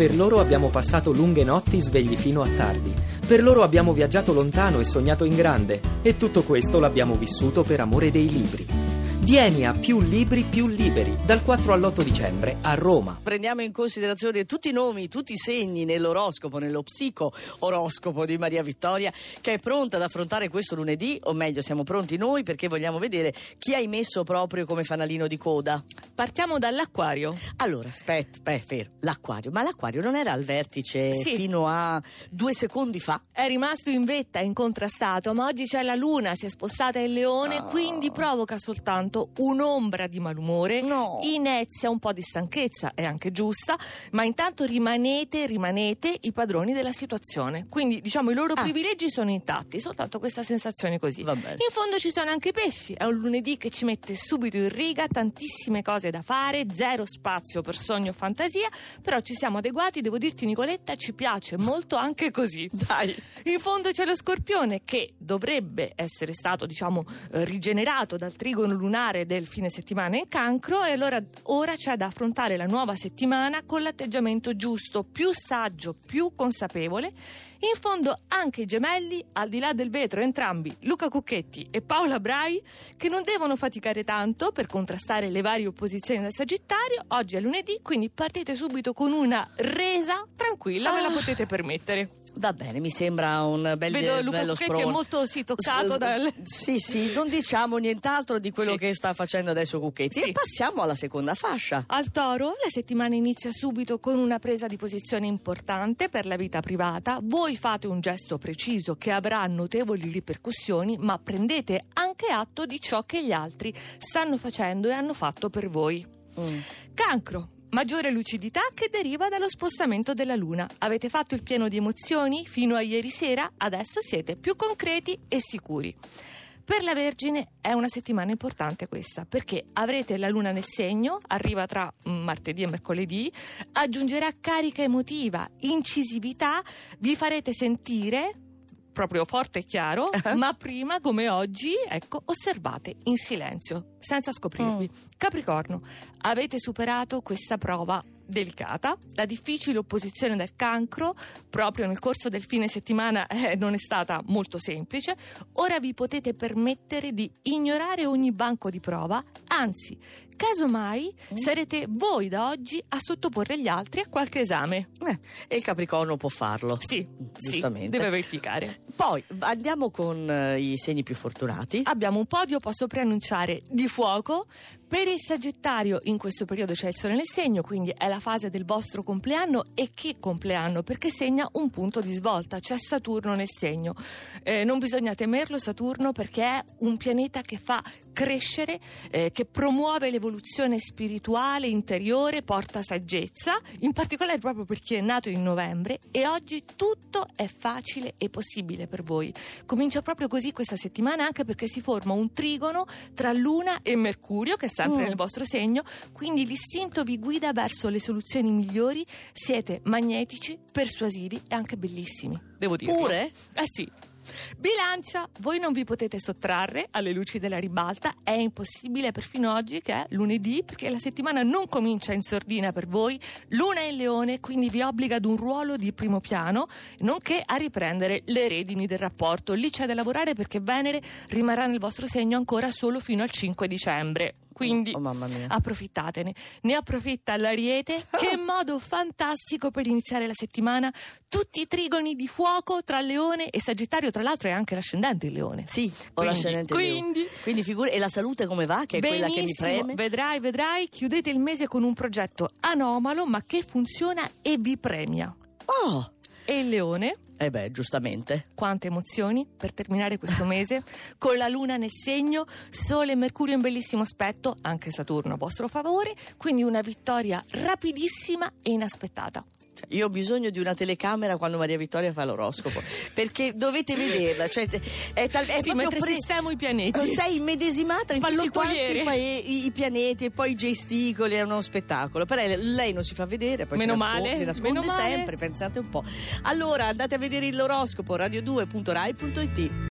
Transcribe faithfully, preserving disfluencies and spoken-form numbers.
Per loro abbiamo passato lunghe notti svegli fino a tardi. Per loro abbiamo viaggiato lontano e sognato in grande. E tutto questo l'abbiamo vissuto per amore dei libri. Vieni a Più Libri Più Liberi dal quattro all'otto dicembre a Roma. Prendiamo in considerazione tutti i nomi, tutti i segni nell'oroscopo, nello psico-oroscopo di Maria Vittoria, che è pronta ad affrontare questo lunedì, o meglio siamo pronti noi perché vogliamo vedere chi hai messo proprio come fanalino di coda. Partiamo dall'Acquario. Allora, aspetta, beh, fermo, l'Acquario, ma l'Acquario non era al vertice Sì. fino a due secondi fa? È rimasto in vetta, incontrastato, ma oggi c'è la Luna, si è spostata in Leone, Oh. quindi provoca soltanto un'ombra di malumore, No. inizia un po' di stanchezza, è anche giusta, ma intanto rimanete, rimanete i padroni della situazione. Quindi diciamo i loro Ah. privilegi sono intatti, soltanto questa sensazione così. Va bene. In fondo ci sono anche i pesci, è un lunedì che ci mette subito in riga, tantissime cose da fare, zero spazio per sogno o fantasia, però ci siamo adeguati, devo dirti Nicoletta, ci piace molto anche così. Dai. In fondo c'è lo Scorpione che dovrebbe essere stato, diciamo, eh, rigenerato dal trigono lunare del fine settimana in Cancro, e allora ora c'è da affrontare la nuova settimana con l'atteggiamento giusto, più saggio, più consapevole. In fondo anche i Gemelli, al di là del vetro, entrambi, Luca Cucchetti e Paola Brai, che non devono faticare tanto per contrastare le varie opposizioni del Sagittario. Oggi è lunedì, quindi partite subito con una resa tranquilla, ve la potete permettere. Va bene, mi sembra un bel, Vedo Luca bello Cucchetti sprone. è molto sì, toccato S- dal... Sì, sì, non diciamo nient'altro di quello Sì. che sta facendo adesso Cucchetti. Sì. E passiamo alla seconda fascia. Al Toro, la settimana inizia subito con una presa di posizione importante per la vita privata. Voi fate un gesto preciso che avrà notevoli ripercussioni, ma prendete anche atto di ciò che gli altri stanno facendo e hanno fatto per voi. Mm. Cancro. Maggiore lucidità che deriva dallo spostamento della Luna. Avete fatto il pieno di emozioni fino a ieri sera, adesso siete più concreti e sicuri. Per la Vergine è una settimana importante questa, perché avrete la Luna nel segno, arriva tra martedì e mercoledì, aggiungerà carica emotiva, incisività, vi farete sentire proprio forte e chiaro, Uh-huh. ma prima, come oggi, ecco, osservate in silenzio, senza scoprirvi. Mm. Capricorno, avete superato questa prova delicata, la difficile opposizione del Cancro proprio nel corso del fine settimana eh, non è stata molto semplice. Ora vi potete permettere di ignorare ogni banco di prova, anzi, casomai Mm. sarete voi da oggi a sottoporre gli altri a qualche esame. Eh, e il Capricorno può farlo. Sì, sì, Giustamente. deve verificare. Poi andiamo con eh, i segni più fortunati. Abbiamo un podio, posso preannunciare, di fuoco. Per il Sagittario in questo periodo c'è il Sole nel segno, quindi è la fase del vostro compleanno. E che compleanno? Perché segna un punto di svolta, c'è Saturno nel segno. Eh, non bisogna temerlo Saturno, perché è un pianeta che fa crescere, eh, che promuove l'evoluzione spirituale, interiore, porta saggezza, in particolare proprio per chi è nato in novembre, e oggi tutto è facile e possibile per voi. Comincia proprio così questa settimana, anche perché si forma un trigono tra Luna e Mercurio, che è sempre Mm. nel vostro segno, quindi l'istinto vi guida verso le soluzioni migliori, siete magnetici, persuasivi e anche bellissimi, devo dire. Pure? Eh sì. Bilancia, voi non vi potete sottrarre alle luci della ribalta, è impossibile perfino oggi che è lunedì, perché la settimana non comincia in sordina per voi. Luna è in Leone, quindi vi obbliga ad un ruolo di primo piano, nonché a riprendere le redini del rapporto. Lì c'è da lavorare, perché Venere rimarrà nel vostro segno ancora solo fino al cinque dicembre. Quindi Oh, mamma mia. approfittatene. Ne approfitta l'Ariete. Che modo fantastico per iniziare la settimana. Tutti i trigoni di fuoco tra Leone e Sagittario, tra l'altro è anche l'ascendente il Leone. Sì, ho Quindi- l'ascendente quindi- Leo. Quindi figura. E la salute come va? Che è quella che mi Benissimo, preme. vedrai, vedrai, chiudete il mese con un progetto anomalo ma che funziona e vi premia. Oh! E il Leone? Eh beh, giustamente. Quante emozioni per terminare questo mese, con la Luna nel segno, Sole e Mercurio in bellissimo aspetto, anche Saturno a vostro favore, quindi una vittoria rapidissima e inaspettata. Io ho bisogno di una telecamera quando Maria Vittoria fa l'oroscopo, perché dovete vederla, cioè è, tal- è Sì, proprio mentre pre- sistemo i pianeti. sei immedesimata in tutti quanti Pallottoliere. i, pae- i, i pianeti e poi i gesticoli, è uno spettacolo. Però lei, lei non si fa vedere, poi Meno si nasconde, male, si nasconde meno male. sempre, pensate un po'. Allora andate a vedere l'oroscopo radio due punto rai punto it.